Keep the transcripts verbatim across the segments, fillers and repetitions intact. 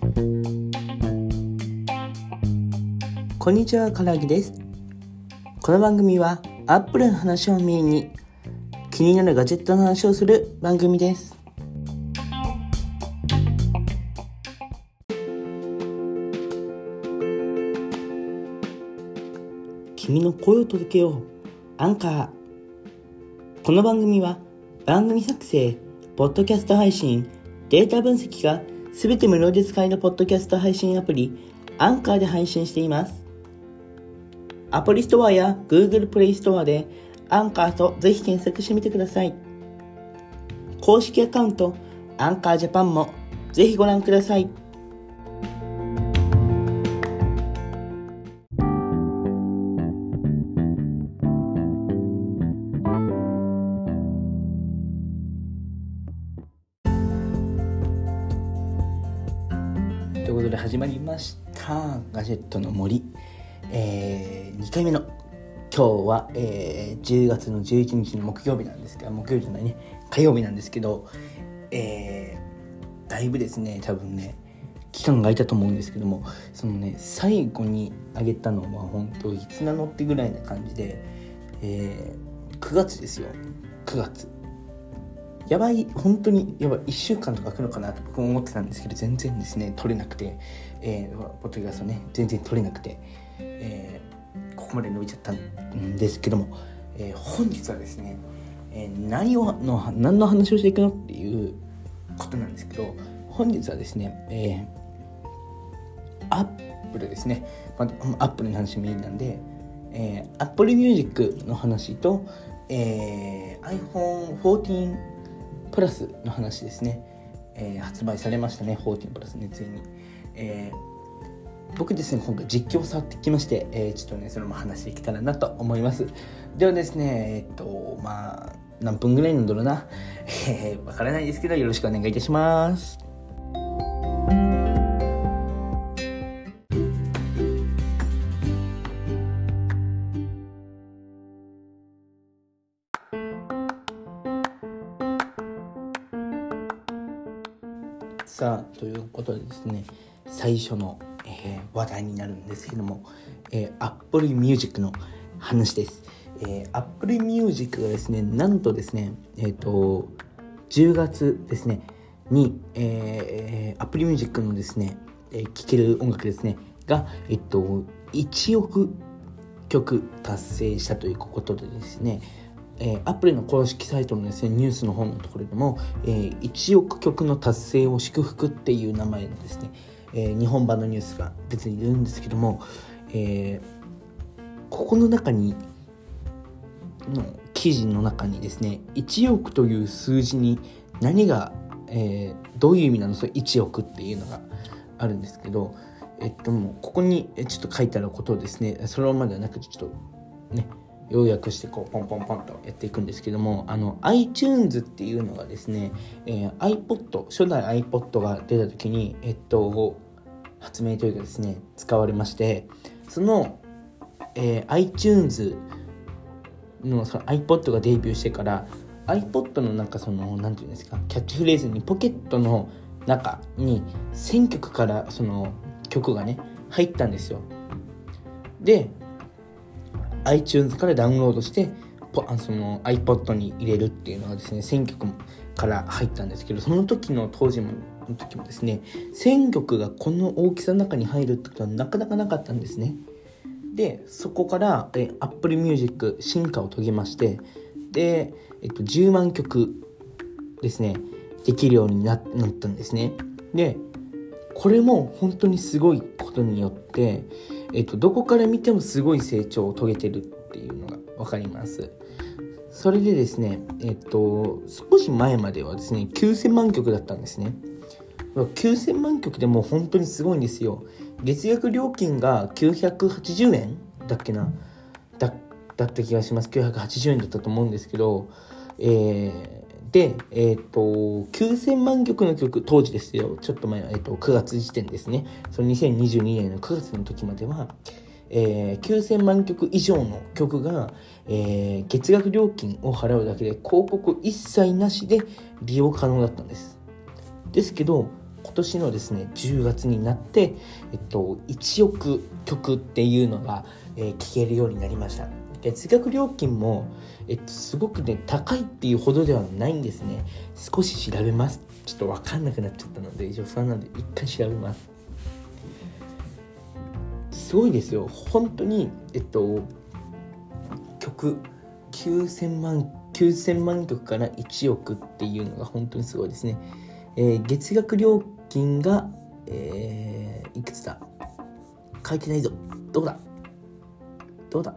こんにちは、からあげです。この番組は Apple の話をメインに気になるガジェットの話をする番組です。君の声を届けよう、アンカー。この番組は番組作成、ポッドキャスト配信、データ分析がすべて無料で使えるポッドキャスト配信アプリアンカーで配信しています。アプリストアや Google プレイストアでアンカーとぜひ検索してみてください。公式アカウントアンカージャパンもぜひご覧ください。ということで始まりましたガジェットの森、えー、にかいめの今日は、えー、じゅうがつのじゅういちにちの木曜日なんですけど木曜日じゃないね火曜日なんですけど、えー、だいぶですね多分ね期間が空いたと思うんですけども、そのね最後にあげたのは本当いつなのってぐらいな感じで、えー、くがつですよ。くがつやばい、本当にやばい、いっしゅうかんとか来るのかなと僕も思ってたんですけど、全然ですね取れなくて、えー、ポッドキャストね全然取れなくて、えー、ここまで伸びちゃったんですけども、えー、本日はですね、えー、何をの何の話をしていくのっていうことなんですけど、本日はですね、えー、アップルですね、まあ、アップルの話メインなんで、えー、Apple Music の話と、えー、アイフォンフォーティーンプラスの話ですね、えー、発売されましたね。フォーティーンプラスね、ついに、えー、僕ですね今回実況を触ってきまして、えー、ちょっとねそれも話していけたらなと思います。ではですねえー、っとまあ何分ぐらいなんだろうな、えー、わからないですけどよろしくお願いいたします。さあということでですね最初の、えー、話題になるんですけども、えー、Apple Music の話です。えー、Apple Music がですねなんとですねえっ、ー、とじゅうがつですねに、えー、Apple Music のですね聴、えー、ける音楽ですねがえっ、ー、といちおくきょく達成したということでですね、えー、Apple の公式サイトのですねニュースの方のところでも、えー、いちおくきょくの達成を祝福っていう名前のですね、えー、日本版のニュースが別にいるんですけども、えー、ここの中にの記事の中にですねいちおくという数字に何が、えー、どういう意味なのそれいちおくっていうのがあるんですけど、えっともうここにちょっと書いてあることをですねそのままではなくちょっとね要約してこうポンポンポンとやっていくんですけども、あの iTunes っていうのがですね、えー、iPod 初代 iPod が出た時にえっと発明というかですね使われまして、その、えー、iTunes の, その iPod がデビューしてから iPod のなんかそのなんていうんですかキャッチフレーズにポケットの中にせんきょくからその曲がね入ったんですよ。でiTunes からダウンロードしてその iPod に入れるっていうのがですねせんきょくから入ったんですけど、その時の当時の時もですねせんきょくがこの大きさの中に入るってことはなかなかなかったんですね。でそこからえ Apple Music 進化を遂げまして、で、えっと、じゅうまんきょくですねできるように な, なったんですね。でこれも本当にすごいことによって、えっと、どこから見てもすごい成長を遂げてるっていうのが分かります。それでですね、えっと、少し前まではですねきゅうせんまんきょくだったんですね。きゅうせんまんきょくでもう本当にすごいんですよ。月額料金がきゅうひゃくはちじゅうえんだっけな だ, だった気がします。きゅうひゃくはちじゅうえんだったと思うんですけど、えーで、えっと、きゅうせんまんきょくの曲、当時ですよ、ちょっと前、えっと、くがつ時点ですね、そのにせんにじゅうにねんのくがつの時までは、えー、きゅうせんまんきょく以上の曲が、えー、月額料金を払うだけで広告一切なしで利用可能だったんです。ですけど今今年のですねじゅうがつになって、えっと、いちおくきょくっていうのが、えー、聞けるようになりました。月額料金も、えっと、すごくね高いっていうほどではないんですね。少し調べます。ちょっと分かんなくなっちゃったので不安なので一回調べます。すごいですよ本当に。えっと曲きゅうせんまんきゅうせんまんきょくからいちおくっていうのが本当にすごいですね。えー、月額料金が、えー、いくつだ書いてないぞ。どうだどうだ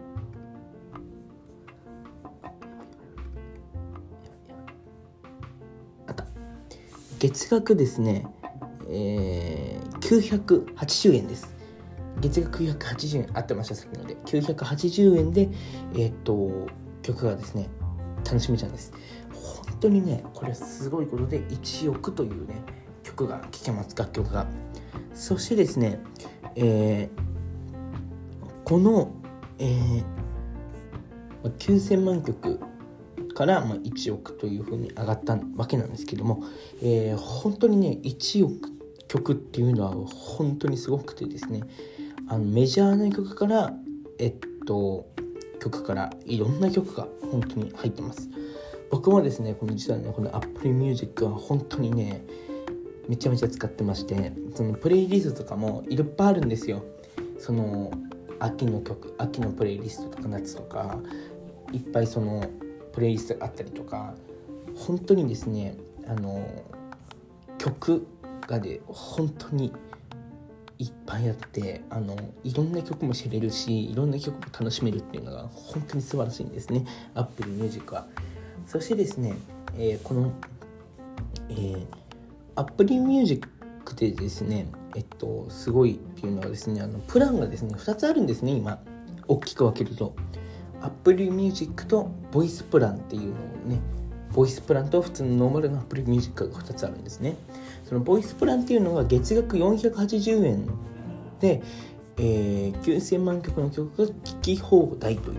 あった。月額ですね、えー、きゅうひゃくはちじゅうえんです。月額きゅうひゃくはちじゅうえん合ってましたさっきのできゅうひゃくはちじゅうえんでえー、っと曲がですね楽しめちゃうんです。本当にねこれすごいことでいちおくというね曲が聴けます。楽曲が。そしてですね、えー、この、えー、きゅうせんまんきょくから、まあ、いちおくというふうに上がったわけなんですけども、えー、本当にねいちおく曲っていうのは本当にすごくてですね、あのメジャーな曲からえっと曲からいろんな曲が本当に入ってます。僕もですねこの実はねこの Apple Music は本当にねめちゃめちゃ使ってまして、そのプレイリストとかもいっぱいあるんですよ。その秋の曲秋のプレイリストとか夏とかいっぱいそのプレイリストがあったりとか、本当にですねあの曲がで本当にいっぱいあって、あのいろんな曲も知れるしいろんな曲も楽しめるっていうのが本当に素晴らしいんですね Apple Music は。そしてですね、えー、この、えー、Apple Music でですねえっとすごいっていうのはですね、あのプランがですねふたつあるんですね。今大きく分けると Apple Music とボイスプランっていうのをね、ボイスプランと普通のノーマルの Apple Music がふたつあるんですね。そのボイスプランっていうのが月額よんひゃくはちじゅうえんで、えー、きゅうせんまんきょくの曲が聴き放題という、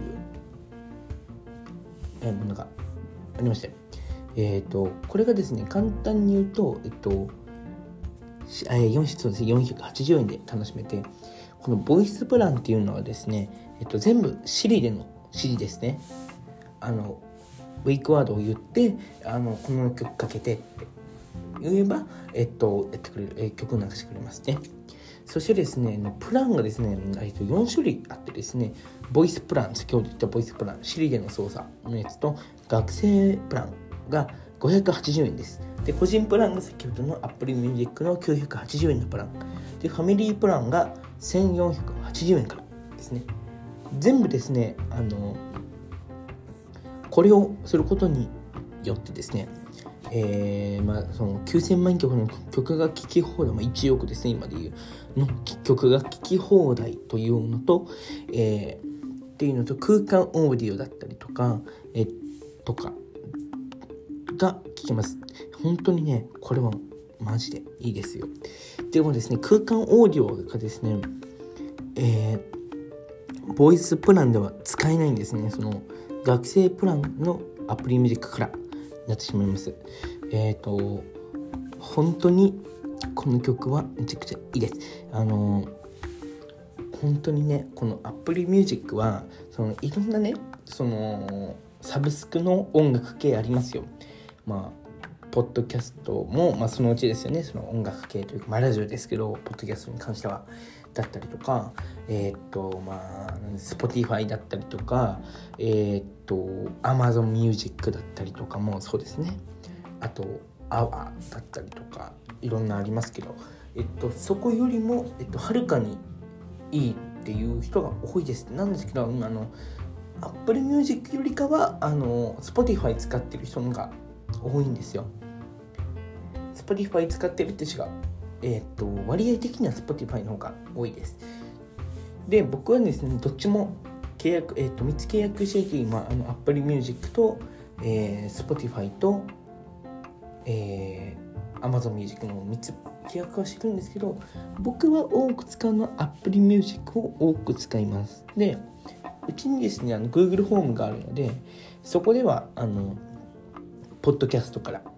えー、ものがありまして、えーと、これがですね簡単に言うと、えっとえー、よんそうですね、よんひゃくはちじゅうえんで楽しめて、このボイスプランっていうのはですね、えっと、全部 Siri での指示ですね。あのウェイクワードを言ってあのこの曲かけてって言えば、えっと、やってくれる、えー、曲を流してくれますね。そしてですね、プランがですね、えっと、よんしゅるいあってですね、ボイスプラン、先ほど言ったボイスプラン、Siri での操作のやつと、学生プランがごひゃくはちじゅうえんです。で、個人プランが先ほどの Apple Music のきゅうひゃくはちじゅうえんのプラン。で、ファミリープランがせんよんひゃくはちじゅうえんからですね。全部ですね、あの、これをすることによってですね、えーまあ、そのきゅうせんまんきょくの曲が聴き放題、まあ、いちおくですね今でいうの曲が聴き放題というのと、えー、っていうのと空間オーディオだったりとか、えー、とかが聴けます。本当にねこれはマジでいいですよ。でもですね空間オーディオがですね、えー、ボイスプランでは使えないんですね。その学生プランのアプリミュージックからなってしまいます。えっと本当にこの曲はめちゃくちゃいいです。あの本当にねこの Apple Music はそのいろんなねそのサブスクの音楽系ありますよ。まあポッドキャストも、まあ、そのうちですよね。その音楽系というか、まあ、ラジオですけどポッドキャストに関してはだったりとか、えー、っとまあ Spotify だったりとか、えー、っと Amazon Music だったりとかもそうですね。あと アワー だったりとかいろんなありますけど、えっとそこよりもえっとはるかにいいっていう人が多いです。なんですけど、あの Apple Music よりかはあの Spotify 使ってる人のが多いんですよ。Spotify 使ってるって人が、えー、と割合的には Spotify の方が多いです。で、僕はですね、どっちも契約、えー、とみっつ契約していて、今あの Apple Music と、えー、Spotify と、えー、Amazon Music のみっつ契約はしてるんですけど、僕は多く使うのは Apple Music を多く使います。で、うちにですね、あの Google ホームがあるので、そこではあのポッドキャストから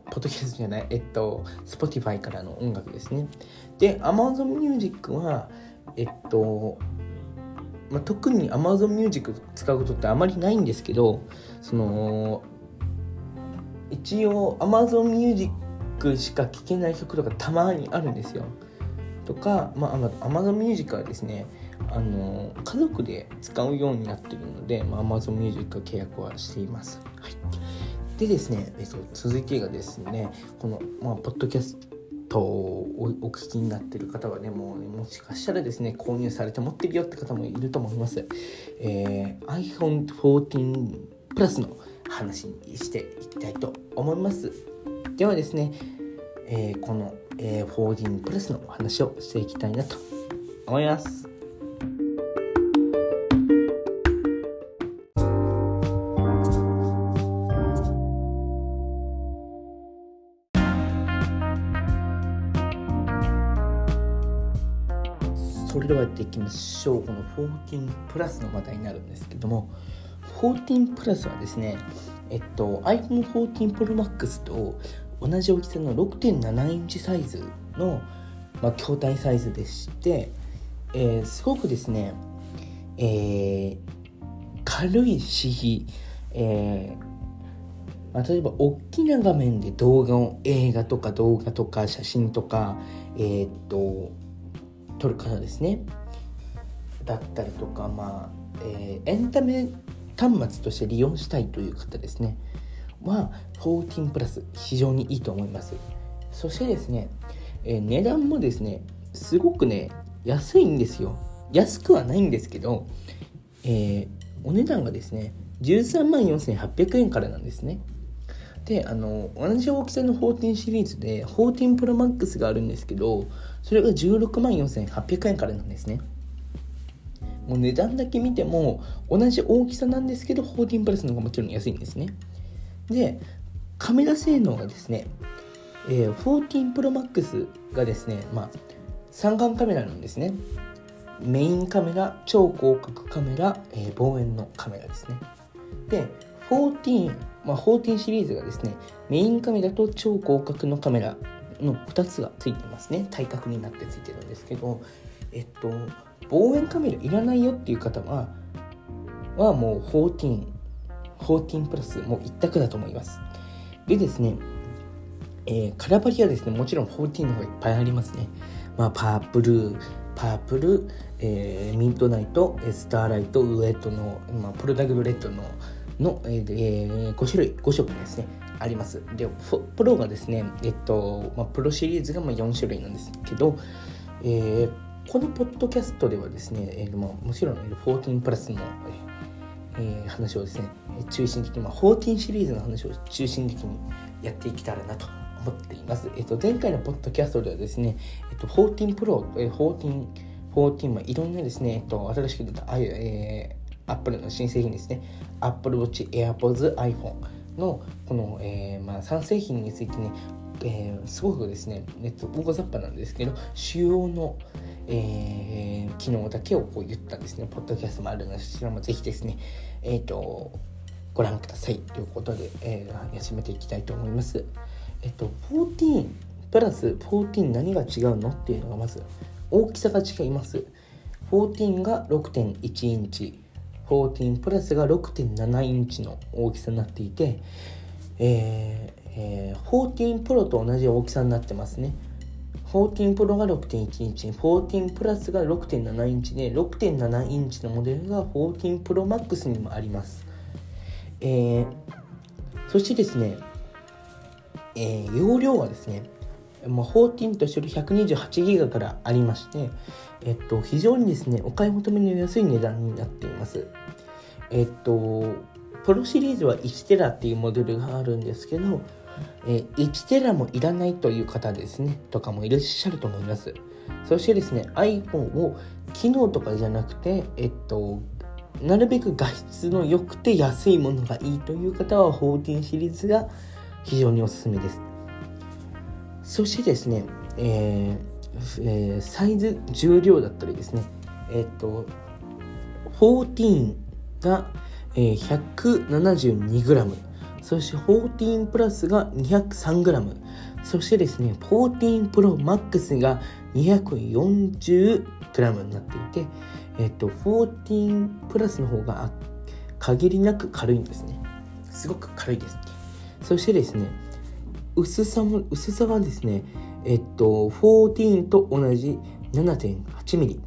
ポッドキャストじゃない、えっと、Spotify からの音楽ですね。で、Amazon Music は、えっと、まあ、特に Amazon Music 使うことってあまりないんですけど、その、一応 Amazon Music しか聴けない曲とかたまにあるんですよ。とか、まあ、Amazon Music はですね、あの家族で使うようになっているので、まあ、Amazon Music 契約はしています。はい、でですね、えっと、続いてがですね、この、まあ、ポッドキャストをお聞きになっている方はね、もうね、もしかしたらですね、購入されて持ってるよって方もいると思います。えー、アイフォンフォーティーン プラスの話にしていきたいと思います。ではですね、えー、この、えー、フォーティーン プラスのお話をしていきたいなと思います。それではやっていきましょう。このフォーティーンプラスの話題になるんですけども、フォーティーンプラスはですね、えっと アイフォンフォーティーン Pro Max と同じ大きさの ろくてんなな インチサイズの、まあ、筐体サイズでして、えー、すごくですね、えー、軽いし、えーまあ、例えば大きな画面で動画を映画とか動画とか写真とか、えー、っと撮る方ですねだったりとか、まあえー、エンタメ端末として利用したいという方ですねはフォーティーンプラス非常にいいと思います。そしてですね、えー、値段もですねすごくね安いんですよ。安くはないんですけど、えー、お値段がですねじゅうさんまんよんせんはっぴゃくえんからなんですね。で、あの同じ大きさのフォーティーンシリーズでフォーティーン Pro Max があるんですけど、それがじゅうろくまんよんせんはっぴゃくえんからなんですね。もう値段だけ見ても同じ大きさなんですけど、フォーティーンプラスの方がもちろん安いんですね。で、カメラ性能がですね、えー、フォーティーン Pro Max がですね、まあ三眼カメラなんですね。メインカメラ、超広角カメラ、えー、望遠のカメラですね。で、フォーティーン、まあ、フォーティーンシリーズがですね、メインカメラと超広角のカメラのふたつがついてますね。対角になってついてるんですけど、えっと、望遠カメラいらないよっていう方は、はもうフォーティーン、フォーティーンプラスもう一択だと思います。でですね、えー、カラーバリはですね、もちろんフォーティーンの方がいっぱいありますね。まあ、パープル、パープル、えー、ミッドナイト、スターライト、ウエットの、まあ、プロダグドレッドのの、えー、ご種類、ご色ですね、あります。で、プロがですね、えっと、まあ、プロシリーズがまあよん種類なんですけど、えー、このポッドキャストではですね、えーまあ、もちろんフォーティーンプラスの、えー、話をですね、中心的に、まあ、フォーティーンシリーズの話を中心的にやっていけたらなと思っています。えっと、前回のポッドキャストではですね、えっと、フォーティーンプロ、えー、フォーティーン、フォーティーン、まあ、いろんなですね、えっと、新しく出た、えーApple の新製品ですね、Apple Watch、AirPods、iPhone のこの、えーまあ、さん製品についてね、えー、すごくですね、ネット大雑把なんですけど、主要の、えー、機能だけをこう言ったんですね、ポッドキャストもあるので、そちらもぜひですね、えーと、ご覧くださいということで、えー、始めていきたいと思います。えっと、フォーティーンプラスフォーティーン何が違うのっていうのがまず、大きさが違います。フォーティーンが ろくてんいち インチ、フォーティーンプラスが ろくてんなな インチの大きさになっていて、えーえー、フォーティーンプロと同じ大きさになってますね。フォーティーンプロが ろくてんいち インチ、フォーティーンプラスが ろくてんなな インチで、ろくてんなな インチのモデルが フォーティーンプロマックスにもあります。えー、そしてですね、えー、容量はですね、まあ、フォーティーンと一緒で ひゃくにじゅうはちギガ からありまして、えっと、非常にですね、お買い求めの安い値段になっています。えっと、プロシリーズはいちテラっていうモデルがあるんですけど、えー、いちテラもいらないという方ですね、とかもいらっしゃると思います。そしてですね、iPhone を機能とかじゃなくて、えっと、なるべく画質の良くて安いものがいいという方はフォーティーンシリーズが非常におすすめです。そしてですね、えーえー、サイズ、重量だったりですね、えっと、フォーティーンが、えー、ひゃくななじゅうにグラム、 そしてじゅうよんプラスが にひゃくさんグラム、 そしてですねじゅうよんプロマックスが にひゃくよんじゅうグラム になっていて、えっとじゅうよんプラスの方が限りなく軽いんですね。すごく軽いです。そしてですね薄さも薄さはですねえっとじゅうよんと同じ ななてんはちミリ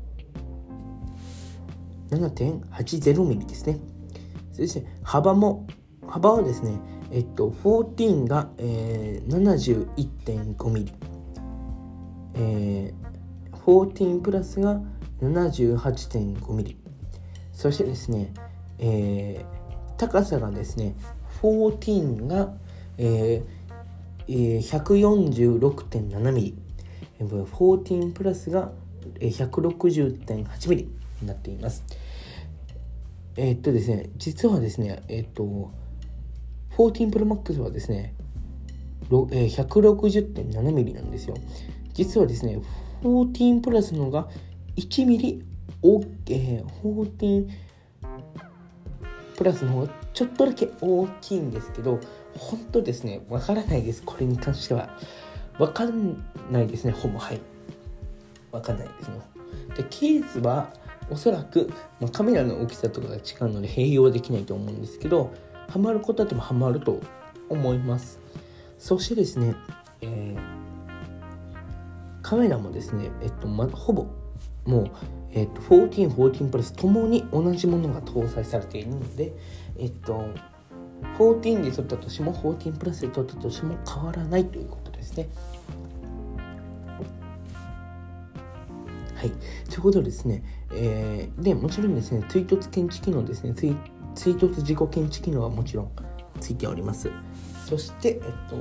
ななてんはちゼロミリですね。そして幅も幅はですねえっとじゅうよんが、えー、ななじゅういってんごミリ、えー、じゅうよんプラスが ななじゅうはちてんごミリ、そしてですね、えー、高さがですねじゅうよんが、えー、ひゃくよんじゅうろくてんななミリ、じゅうよんプラスが ひゃくろくじゅうてんはちミリになっています。えー、っとですね実はですねえー、っとじゅうよんプロマックスはですね ひゃくろくじゅうてんななミリなんですよ。実はですねじゅうよんプラスの方がいちミリ大きい、えー、じゅうよんプラスの方がちょっとだけ大きいんですけど、本当ですねわからないです。これに関してはわかんないですね。ほぼはいわかんないですね。でケースはおそらく、まあ、カメラの大きさとかが違うので併用できないと思うんですけど、ハマることでもハマると思います。そしてですね、えー、カメラもですね、えっとま、ほぼもう、えっと、じゅうよん、じゅうよんプラスともに同じものが搭載されているので、えっと、じゅうよんで撮ったとしてもじゅうよんプラスで撮ったとしても変わらないということですね。はい、ということでですね、えー、でもちろんですね追突検知機能ですね追追突事故検知機能はもちろんついております。そしてえっと、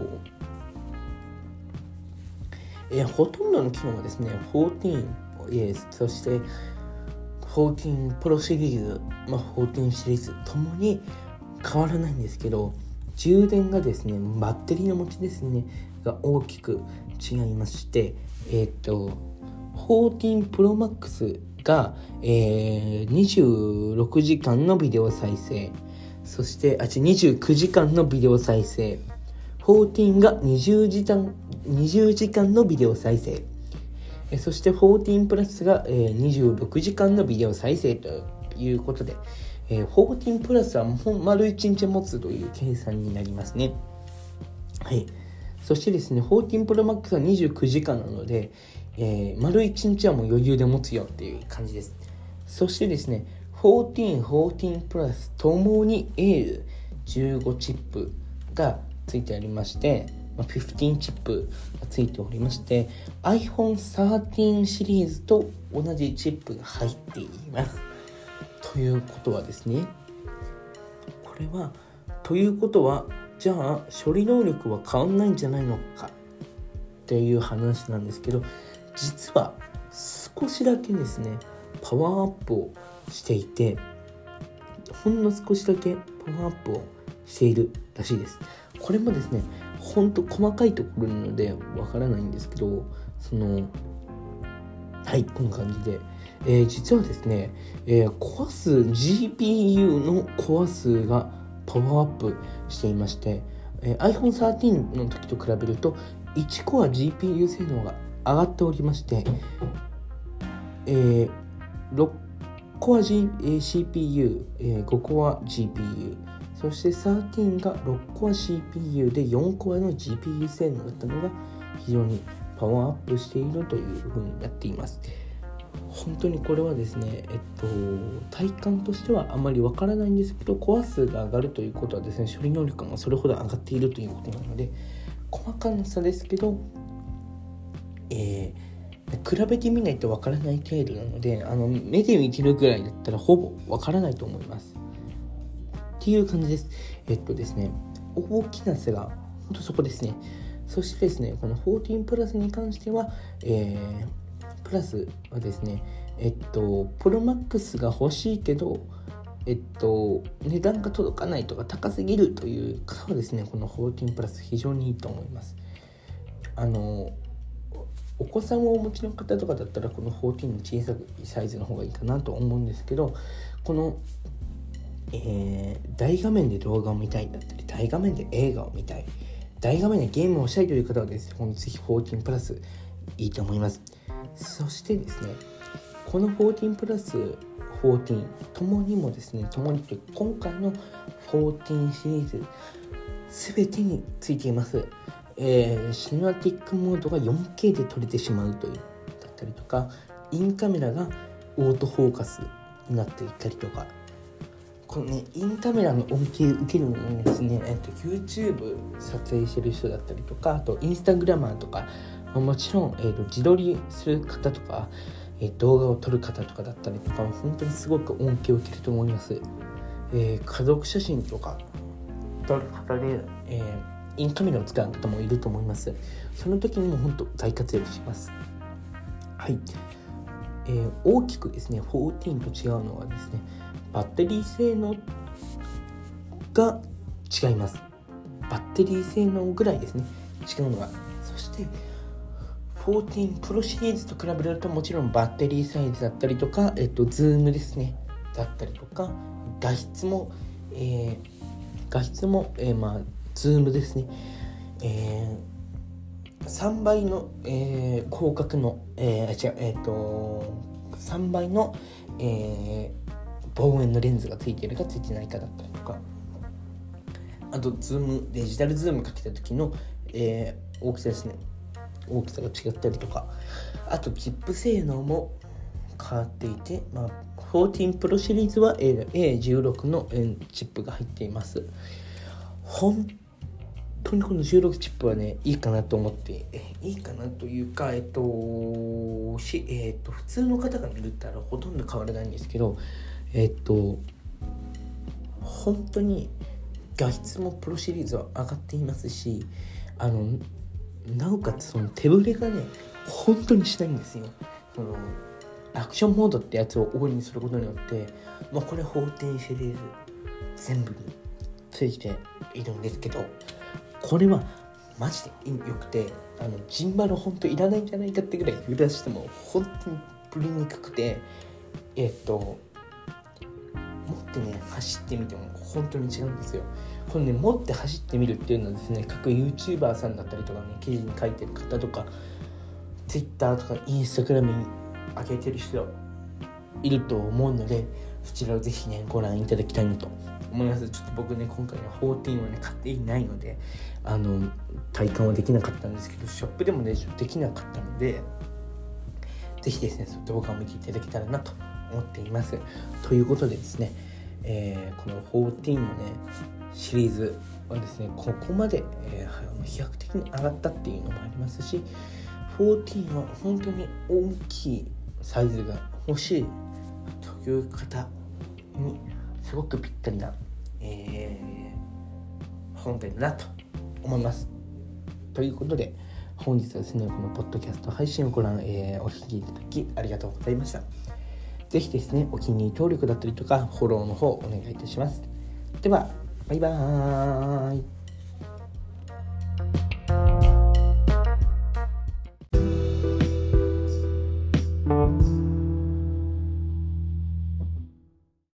えー、ほとんどの機能はですねじゅうよん、えー、そしてじゅうよんプロシリーズ、まあ、じゅうよんシリーズともに変わらないんですけど、充電がですねバッテリーの持ちですねが大きく違いまして、えっとじゅうよんプロマックスが、えー、にじゅうろくじかんのビデオ再生、そしてあにじゅうくじかんのビデオ再生、じゅうよんがにじゅうじかん、にじゅうじかんのビデオ再生、えそしてじゅうよんプラスが、えー、にじゅうろくじかんのビデオ再生ということで、えー、じゅうよんプラスはもう丸いちにち持つという計算になりますね。はい。そしてですねじゅうよんプロマックスはにじゅうくじかんなので、えー、丸いちにちはもう余裕で持つよっていう感じです。そしてですねじゅうよん、じゅうよんプラスともに エーエルじゅうご チップがついてありまして、まあ、じゅうごチップがついておりまして アイフォンサーティーン シリーズと同じチップが入っていますということはですねこれはということはじゃあ処理能力は変わんないんじゃないのかっていう話なんですけど、実は少しだけですねパワーアップをしていて、ほんの少しだけパワーアップをしているらしいです。これもですねほんと細かいところなのでわからないんですけど、そのはいこんな感じで、えー、実はですね、えー、コア数 ジーピーユー のコア数がパワーアップしていまして、えー、アイフォンサーティーン の時と比べるといちコア ジーピーユー 性能が上がっておりまして、えー、ろっコア、G えー、シーピーユー、えー、ごコア ジーピーユー、そしてじゅうさんがろっコア シーピーユー でよんコアの ジーピーユー 性能だったのが非常にパワーアップしているという風になっています。本当にこれはですね、えっと、体感としてはあまりわからないんですけど、コア数が上がるということはですね、処理能力がそれほど上がっているということなので、細かな差ですけど、えー、比べてみないとわからない程度なので、あの目で見てるぐらいだったらほぼわからないと思いますっていう感じです。えっとですね、大きな差が本当そこですね。そしてですね、このじゅうよんプラスに関しては、えープラスはですね、えっと、プロマックスが欲しいけど、えっと、値段が届かないとか高すぎるという方はですね、このじゅうよんプラス非常にいいと思います。あの、お子さんをお持ちの方とかだったら、このじゅうよんの小さいサイズの方がいいかなと思うんですけど、このえー、大画面で動画を見たいだったり、大画面で映画を見たい、大画面でゲームをしたいという方はですね、本日ぜひじゅうよんプラスいいと思います。そしてですね、このじゅうよんプラスじゅうよんともにもですね、ともにという今回のじゅうよんシリーズすべてについています。えー、シネマティックモードが よんケー で撮れてしまうというだったりとか、インカメラがオートフォーカスになっていったりとか、このね、インカメラの恩恵を受けるのにですね、えっと、YouTube 撮影してる人だったりとか、あとインスタグラマーとか、もちろん、えー、と自撮りする方とか、えー、動画を撮る方とかだったりとか、本当にすごく恩恵を受けると思います。えー、家族写真とか撮る方で、えーインカメラを使う方もいると思います。その時にも本当大活躍します。はい、えー、大きくですねじゅうよんと違うのはですね、バッテリー性能が違います。バッテリー性能ぐらいですね、違うのが。そしてじゅうよんプロシリーズと比べると、もちろんバッテリーサイズだったりとか、えっとズームですねだったりとか、画質も、えー、画質も、えー、まあズームですね、えー、さんばいの、えー、広角の、えー、違う、えー、とさんばいの、えー、望遠のレンズがついているかついてないかだったりとか、あとズームデジタルズームかけた時の、えー、大きさですね、大きさが違ったりとか、あとチップ性能も変わっていて、まあ、じゅうよんプロシリーズは エーじゅうろく のチップが入っています。本当にこのじゅうろくチップはね、いいかなと思って、えいいかなというか、えっとしえっと普通の方が見るったらほとんど変わらないんですけど、えっと本当に画質もプロシリーズは上がっていますし、あのなおかつその手ぶれがね本当にしないんですよ。そのアクションモードってやつをオンにすることによって、まあ、これじゅうよんシリーズ全部についているんですけど、これはマジで良くて、あのジンバル本当いらないんじゃないかってぐらい揺らしても本当に振りにくくて、えっと持ってね走ってみても本当に違うんですよ。このね持って走ってみるっていうのはですね、各 YouTuber さんだったりとかね、記事に書いてる方とか Twitter とか Instagram に上げてる人いると思うので、そちらをぜひねご覧いただきたいなと思います。ちょっと僕ね今回のじゅうよんはね買っていないので、あの体感はできなかったんですけど、ショップでもねできなかったので、ぜひですねその動画を見ていただけたらなと思っています。ということでですね、えー、このじゅうよんのねシリーズはですね、ここまで、えー、飛躍的に上がったっていうのもありますし、じゅうよんは本当に大きいサイズが欲しいという方にすごくぴったりな、えー、本編だなと思います。ということで本日はですね、このポッドキャスト配信をご覧、えー、お聞きいただきありがとうございました。ぜひですねお気に入り登録だったりとかフォローの方お願いいたします。ではバイバーイ。